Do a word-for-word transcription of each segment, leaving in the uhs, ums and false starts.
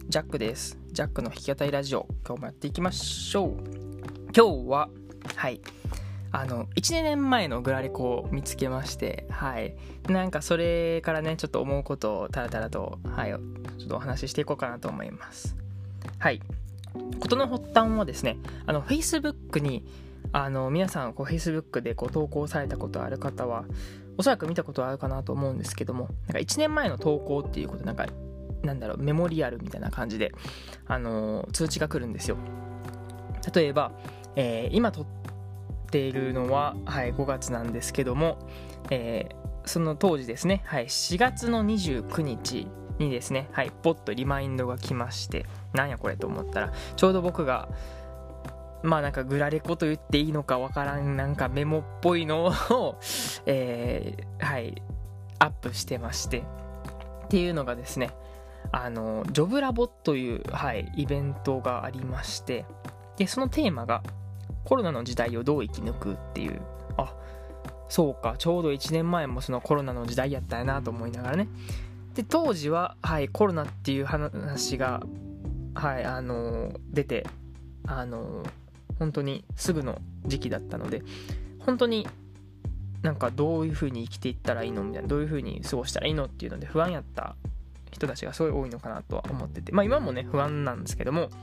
ジャックです。ジャックの弾き語りラジオ、今日もやっていきましょう。今日ははいあのいちねんまえのグラレコを見つけまして、はいなんかそれからねちょっと思うことをたらたらとはいちょっとお話ししていこうかなと思います。はい事の発端はですね、あの Facebook にあの皆さんこう Facebook でこう投稿されたことある方はおそらく見たことあるかなと思うんですけども、なんかいちねんまえの投稿っていうことなんかなんだろうメモリアルみたいな感じで、あのー、通知が来るんですよ。例えば、えー、今撮っているのは、はい、ごがつなんですけども、えー、その当時ですね、はい、しがつのにじゅうくにちにですね、はい、ポッとリマインドが来まして、なんやこれと思ったらちょうど僕がまあなんかグラレコと言っていいのかわからんなんかメモっぽいのを、えー、はいアップしてまして、っていうのがですね、あのジョブラボという、はい、イベントがありまして、でそのテーマがコロナの時代をどう生き抜くっていう、あそうかちょうどいちねんまえもそのコロナの時代やったやなと思いながらね、で当時は、はい、コロナっていう話が、はい、あの出てあの本当にすぐの時期だったので、本当になんかどういう風に生きていったらいいのみたいな、どういう風に過ごしたらいいのっていうので不安やった人たちがすごい多いのかなとは思ってて、まあ今もね不安なんですけども、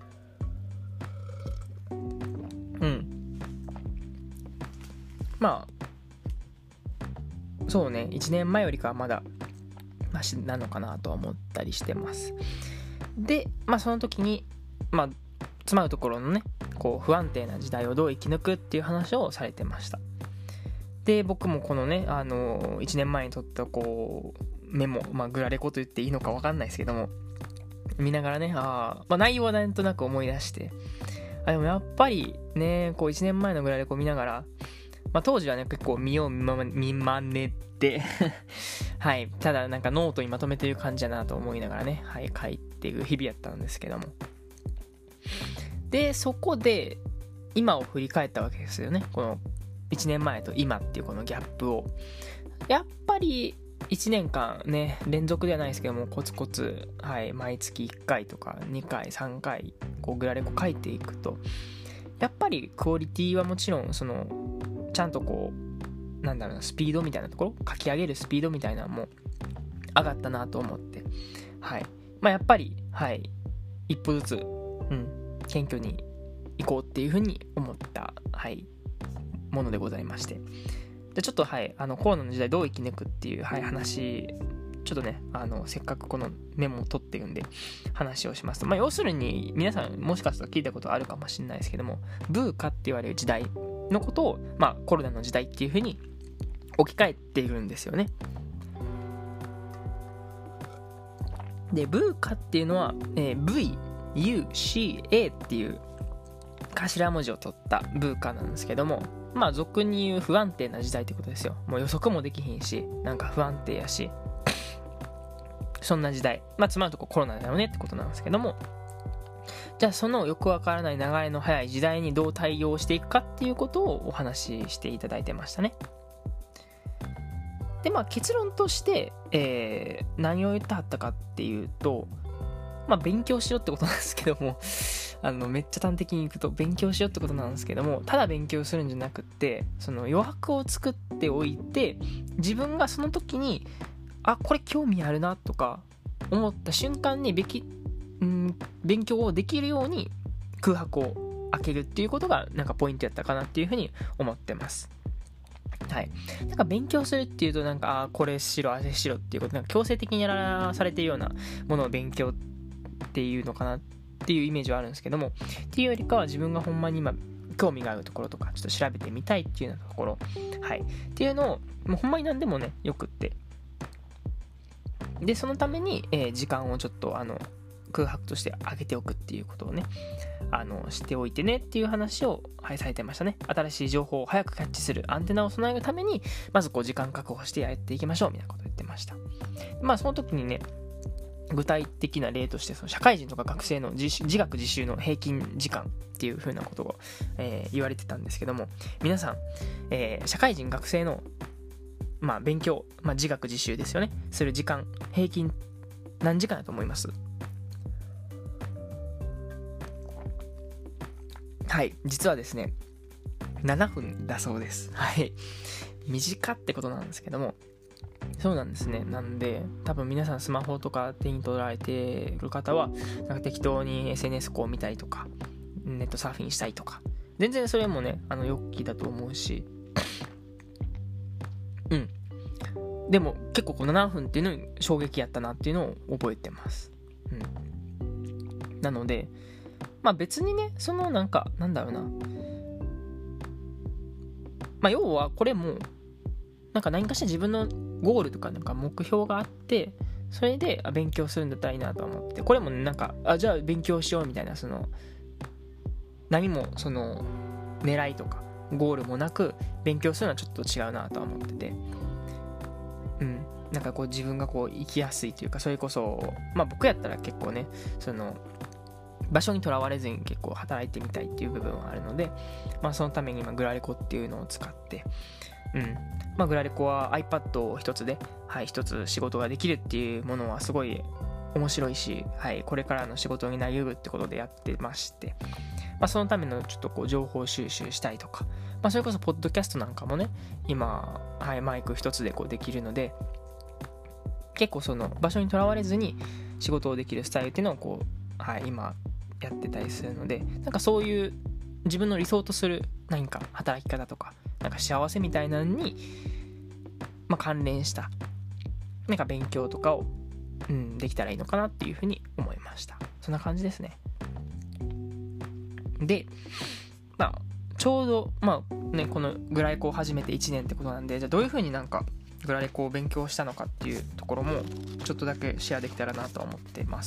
うんまあそうねいちねんまえよりかはまだマシなのかなとは思ったりしてます。でまあその時にまあつまるところのねこう不安定な時代をどう生き抜くっていう話をされてました。で僕もこのねあのいちねんまえに撮ったこうメモ、まあグラレコと言っていいのか分かんないですけども、見ながらねあ、まあ、内容はなんとなく思い出して、あでもやっぱりねこういちねんまえのグラレコ見ながら、まあ、当時はね結構見よう見ま見まねってはいただなんかノートにまとめてる感じだなと思いながらね、はい書いていく日々やったんですけども、でそこで今を振り返ったわけですよね。このいちねんまえと今っていうこのギャップを、やっぱりいちねんかんね連続ではないですけどもコツコツ、はい、毎月いっかいとかにかいさんかいこうグラレコ書いていくと、やっぱりクオリティはもちろんそのちゃんとこうなんだろうなスピードみたいなところ、書き上げるスピードみたいなのも上がったなと思って、はいまあやっぱりはい一歩ずつ、うん、謙虚に行こうっていうふうに思ったはいものでございまして、でちょっとはいあのコロナの時代どう生き抜くっていう、はい、話ちょっとねあのせっかくこのメモを取ってるんで話をしますと、まあ要するに皆さんもしかしたら聞いたことあるかもしれないですけども、ブーカって言われる時代のことを、まあコロナの時代っていうふうに置き換えているんですよね。でブーカっていうのは、えー、ブイユーシーエー っていう頭文字を取ったブーカなんですけども、まあ俗に言う不安定な時代ってことですよ。もう予測もできひんしなんか不安定やし、そんな時代、まあつまるとこコロナだよねってことなんですけども、じゃあそのよくわからない流れの早い時代にどう対応していくかっていうことをお話ししていただいてましたね。でまあ結論として、えー、何を言ってはったかっていうと、まあ勉強しようってことなんですけどもあのめっちゃ端的にいくと勉強しようってことなんですけども、ただ勉強するんじゃなくってその余白を作っておいて、自分がその時にあこれ興味あるなとか思った瞬間にべき、うん、勉強をできるように空白を空けるっていうことがなんかポイントやったかなっていうふうに思ってます。はい、なんか勉強するっていうとなんかあこれしろあれしろっていうことなんか強制的にやらされているようなものを勉強っていうのかなっていうイメージはあるんですけども、っていうよりかは自分がほんまに今興味があるところとかちょっと調べてみたいっていうようなところ、はいっていうのをもうほんまに何でもねよくって、でそのために、えー、時間をちょっとあの空白として上げておくっていうことをねあのしておいてねっていう話を、はい、されてましたね。新しい情報を早くキャッチするアンテナを備えるためにまずこう時間確保してやっていきましょうみたいなことを言ってました。まあその時にね具体的な例としてその社会人とか学生の 自, 自学自習の平均時間っていう風なことを、えー、言われてたんですけども、皆さん、えー、社会人学生の、まあ、勉強、まあ、自学自習ですよねする時間平均何時間だと思います？ はい実はですねななふんだそうです。はい短ってことなんですけども、そうなんですね。なんで多分皆さんスマホとか手に取られている方はなんか適当に エスエヌエス こう見たりとかネットサーフィンしたりとか、全然それもねあの良きだと思うし、うんでも結構このななふんっていうのに衝撃やったなっていうのを覚えてます。うんなのでまあ別にねそのなんかなんだろうな、まあ要はこれもなんか何かしら自分のゴールとかなんか目標があって、それで勉強するんだったらいいなと思って、これもなんかあじゃあ勉強しようみたいな、その何もその狙いとかゴールもなく勉強するのはちょっと違うなとは思ってて、うんなんかこう自分がこう生きやすいというか、それこそまあ僕やったら結構ねその場所にとらわれずに結構働いてみたいっていう部分はあるので、まあそのために今グラレコっていうのを使ってうんまあ、グラレコは iPad を一つで、はい、一つ仕事ができるっていうものはすごい面白いし、はい、これからの仕事になりうるってことでやってまして、まあ、そのためのちょっとこう情報収集したりとか、まあ、それこそポッドキャストなんかもね今、はい、マイク一つでこうできるので、結構その場所にとらわれずに仕事をできるスタイルっていうのをこう、はい、今やってたりするので、なんかそういう自分の理想とする何か働き方とかなんか幸せみたいなのに、まあ、関連したなんか勉強とかを、うん、できたらいいのかなっていうふうに思いました。そんな感じですね。で、まあ、ちょうど、まあね、このグラレコを始めていちねんってことなんで、じゃあどういうふうになんかグラレコを勉強したのかっていうところもちょっとだけシェアできたらなと思ってます。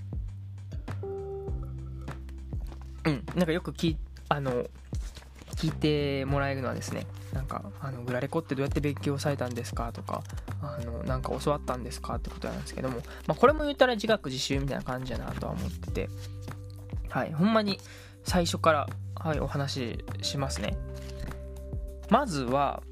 うん、なんかよく聞あの聞いてもらえるのはですね、なんかあのグラレコってどうやって勉強されたんですかとか、あのなんか教わったんですかってことなんですけども、まあ、これも言ったら自学自習みたいな感じだなとは思ってて、はいほんまに最初から、はい、お話ししますね。まずは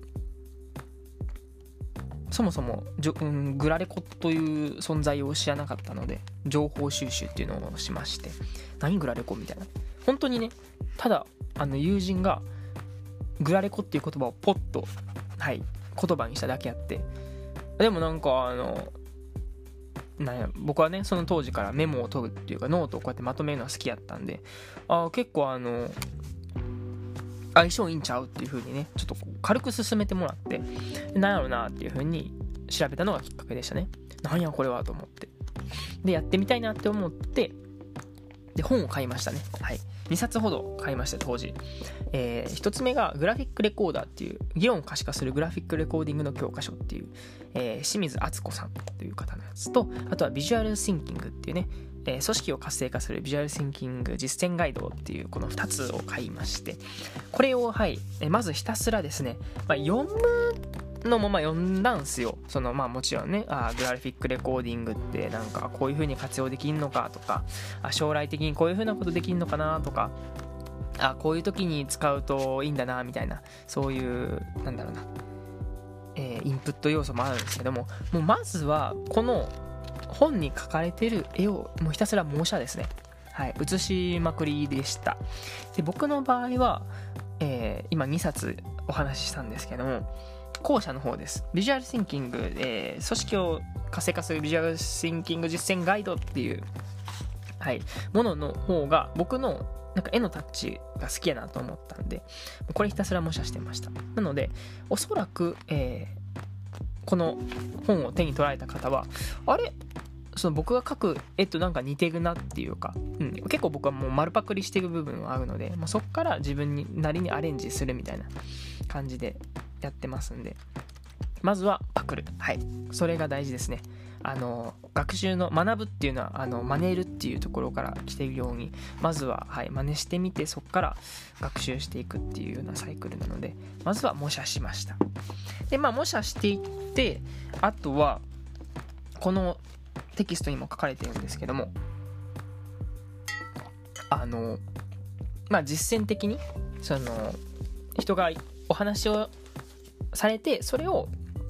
そもそもじょ、うん、グラレコという存在を知らなかったので情報収集っていうのをしまして、何グラレコみたいな、本当にねただあの友人がグラレコっていう言葉をポッと、はい、言葉にしただけあって、でもなんかあのなんや僕はねその当時からメモを取るっていうかノートをこうやってまとめるのは好きやったんで、あ結構あの相性いいんちゃうっていう風にねちょっとこう軽く進めてもらって、なんやろうなっていう風に調べたのがきっかけでしたね。なんやこれはと思って、でやってみたいなって思って、で本を買いましたね。はいにさつほど買いました当時。えー、ひとつめがグラフィックレコーダーっていう議論を可視化するグラフィックレコーディングの教科書っていう、えー、清水敦子さんという方のやつと、あとはビジュアルシンキングっていうね、えー、組織を活性化するビジュアルシンキング実践ガイドっていうこのふたつを買いまして、これをはい、えー、まずひたすらですね、まあ、読むのもまあ読んだんすよ。そのまあもちろんね、あグラフィックレコーディングってなんかこういう風に活用できんのかとか、あ将来的にこういう風なことできんのかなとか、あこういう時に使うといいんだなみたいな、そういうなんだろうな、えー、インプット要素もあるんですけども、もうまずはこの本に描かれてる絵をもうひたすら模写ですね。はい、写しまくりでした。で僕の場合は、えー、今にさつお話ししたんですけども、後者の方です。ビジュアルシンキング、えー、組織を活性化するビジュアルシンキング実践ガイドっていう、はい、ものの方が僕のなんか絵のタッチが好きやなと思ったんで、これひたすら模写してました。なのでおそらく、えー、この本を手に取られた方はあれその僕が描く絵となんか似てるなっていうか、うん、結構僕はもう丸パクリしてる部分はあるので、まあ、そっから自分になりにアレンジするみたいな感じでやってますんで、まずはパクる、はい、それが大事ですね。あの学習の学ぶっていうのはあの真似るっていうところから来ているように、まずは、はい、真似してみてそこから学習していくっていうようなサイクルなので、まずは模写しました。でまあ模写していって、あとはこのテキストにも書かれてるんですけども、あのまあ実践的にその人がお話をされて、それを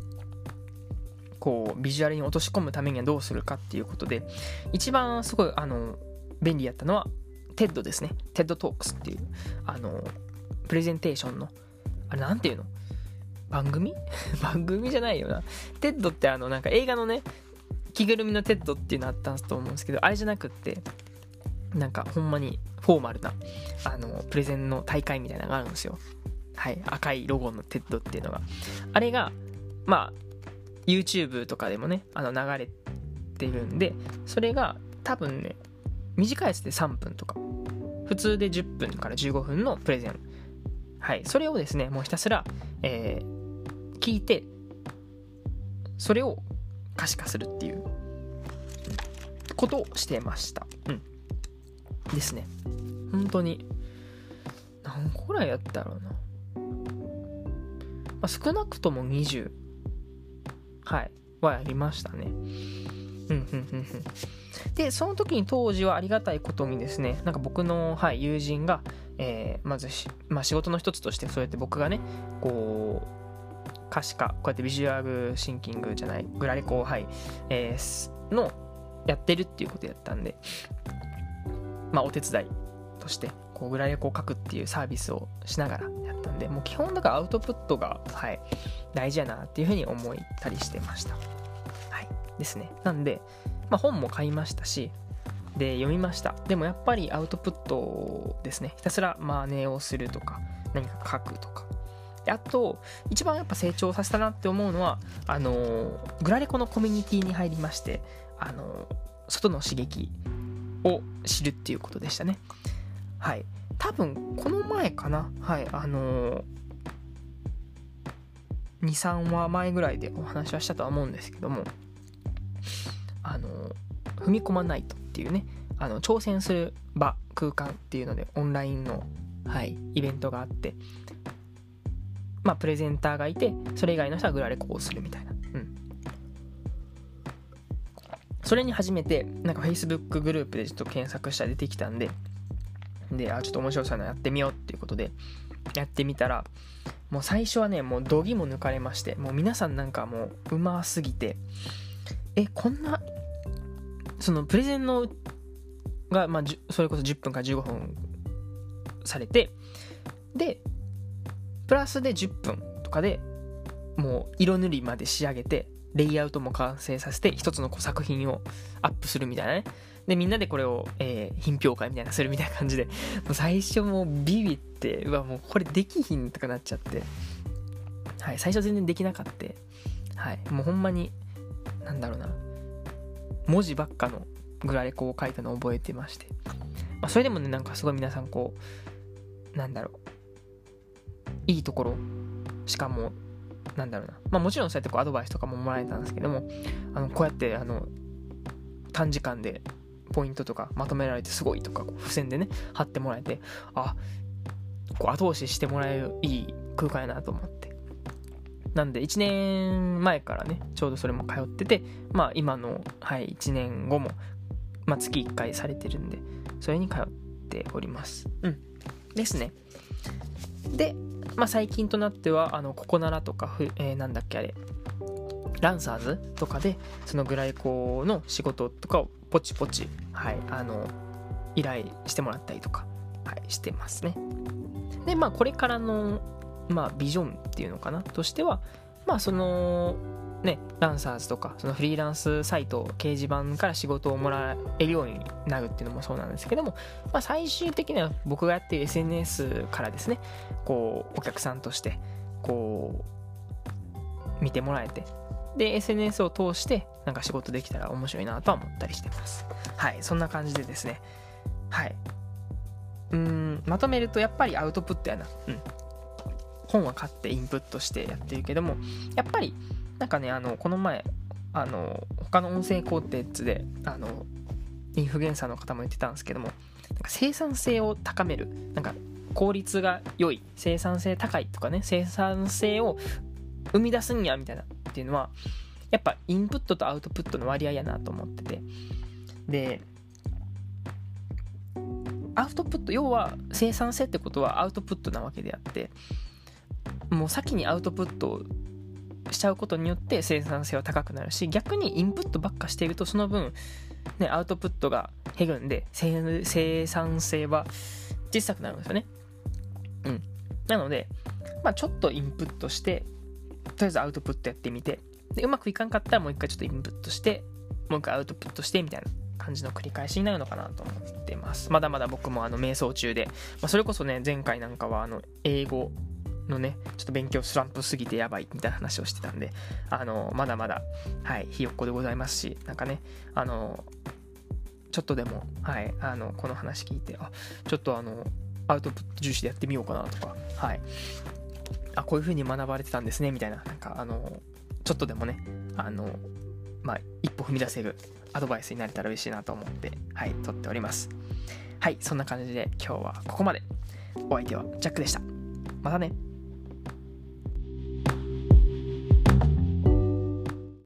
こうビジュアルに落とし込むためにはどうするかっていうことで、一番すごいあの便利やったのはテッドですね。テッドトークスっていうあのプレゼンテーションのあれなんていうの番組番組じゃないよな。テッドってあのなんか映画のね着ぐるみのテッドっていうのあったと思うんですけど、あれじゃなくってなんかほんまにフォーマルなあのプレゼンの大会みたいなのがあるんですよ。はい、赤いロゴのテッドっていうのが、あれがまあ YouTube とかでもねあの流れてるんで、それが多分ね短いやつでさんぷんとか普通でじゅっぷんからじゅうごふんのプレゼン、はい、それをですねもうひたすら、えー、聞いてそれを可視化するっていうことをしてました。うんですね。本当に何個ぐらいやったろうな、まあ、少なくともにじゅうはいはやりましたね。うんうんうんうんでその時に当時はありがたいことにですね、なんか僕の、はい、友人が、えー、まずし、まあ、仕事の一つとしてそうやって僕がねこう可視化こうやってビジュアルシンキングじゃないグラレコ、はいえー、のやってるっていうことやったんで、まあお手伝いとしてこうグラレコを書くっていうサービスをしながらやったんで、もう基本だからアウトプットが、はい、大事やなっていうふうに思ったりしてました。はいですね。なんで、まあ、本も買いましたしで読みました。でもやっぱりアウトプットですね。ひたすら真似をするとか何か書くとかで、あと一番やっぱ成長させたなって思うのはあのグラレコのコミュニティに入りまして、あの外の刺激を知るっていうことでしたね。はい、多分この前かな、はいあのにさんわまえぐらいでお話はしたとは思うんですけども、あの踏み込まないとっていうね、あの挑戦する場空間っていうのでオンラインの、はい、イベントがあって、まあプレゼンターがいてそれ以外の人はグラレコをするみたいな、うん、それに初めてなんか Facebook グループでちょっと検索したら出てきたんでであちょっと面白そうなのやってみようっていうことでやってみたら、もう最初はねもう度肝抜かれまして、もう皆さんなんかもううますぎて、えこんなそのプレゼンのが、まあ、それこそじゅっぷんからじゅうごふんされて、でプラスでじゅっぷんとかでもう色塗りまで仕上げてレイアウトも完成させて一つの作品をアップするみたいなね。でみんなでこれを、えー、品評会みたいなするみたいな感じで、もう最初もうビビって、うわもうこれできひんとかなっちゃって、はい、最初全然できなかった、はい、もうほんまになんだろうな、文字ばっかのグラレコを書いたのを覚えてまして、まあ、それでもねなんかすごい皆さんこうなんだろういいところしかもなんだろうな、まあもちろんそうやってこうアドバイスとかももらえたんですけども、あのこうやってあの短時間でポイントとかまとめられてすごいとかこう付箋でね貼ってもらえて、あこう後押ししてもらえるいい空間やなと思って、なんでいちねんまえからねちょうどそれも通ってて、まあ今の、はい、いちねんごも、まあ、月いっかいされてるんでそれに通っております。うんですね。で、まあ、最近となってはあのココナラとか、えー、なんだっけあれランサーズとかでそのグラレコの仕事とかをポチポチ、はい、あの依頼してもらったりとか、はい、してますね。でまあこれからの、まあ、ビジョンっていうのかなとしては、まあそのねランサーズとかそのフリーランスサイト掲示板から仕事をもらえるようになるっていうのもそうなんですけども、まあ、最終的には僕がやっている エスエヌエス からですねこうお客さんとしてこう見てもらえて、で エスエヌエス を通してなんか仕事できたら面白いなとは思ったりしてます。はい、そんな感じでですね、はい、うーんまとめるとやっぱりアウトプットやな。うん、本は買ってインプットしてやってるけども、やっぱりなんかねあのこの前あの他の音声コンテンツであのインフルエンサーの方も言ってたんですけども、なんか生産性を高める、なんか効率が良い、生産性高いとかね、生産性を生み出すんやみたいなっていうのはやっぱインプットとアウトプットの割合やなと思ってて、でアウトプット要は生産性ってことはアウトプットなわけであって、もう先にアウトプットしちゃうことによって生産性は高くなるし、逆にインプットばっかしているとその分ね、アウトプットが減るんで生生産性は小さくなるんですよね。うん。なので、まあ、ちょっとインプットしてとりあえずアウトプットやってみて、でうまくいかんかったらもう一回ちょっとインプットしてもう一回アウトプットしてみたいな感じの繰り返しになるのかなと思ってます。まだまだ僕もあの瞑想中で、まあ、それこそね前回なんかはあの英語のねちょっと勉強スランプすぎてやばいみたいな話をしてたんで、あのまだまだはいひよっこでございますし、なんかねあのちょっとでもはいあのこの話聞いてあちょっとあのアウトプット重視でやってみようかなとか、はいあこういう風に学ばれてたんですねみたいな、なんかあのちょっとでもねあのまあ一歩踏み出せるアドバイスになれたら嬉しいなと思ってはい撮っております。はいそんな感じで今日はここまで。お相手はジャックでした。またね。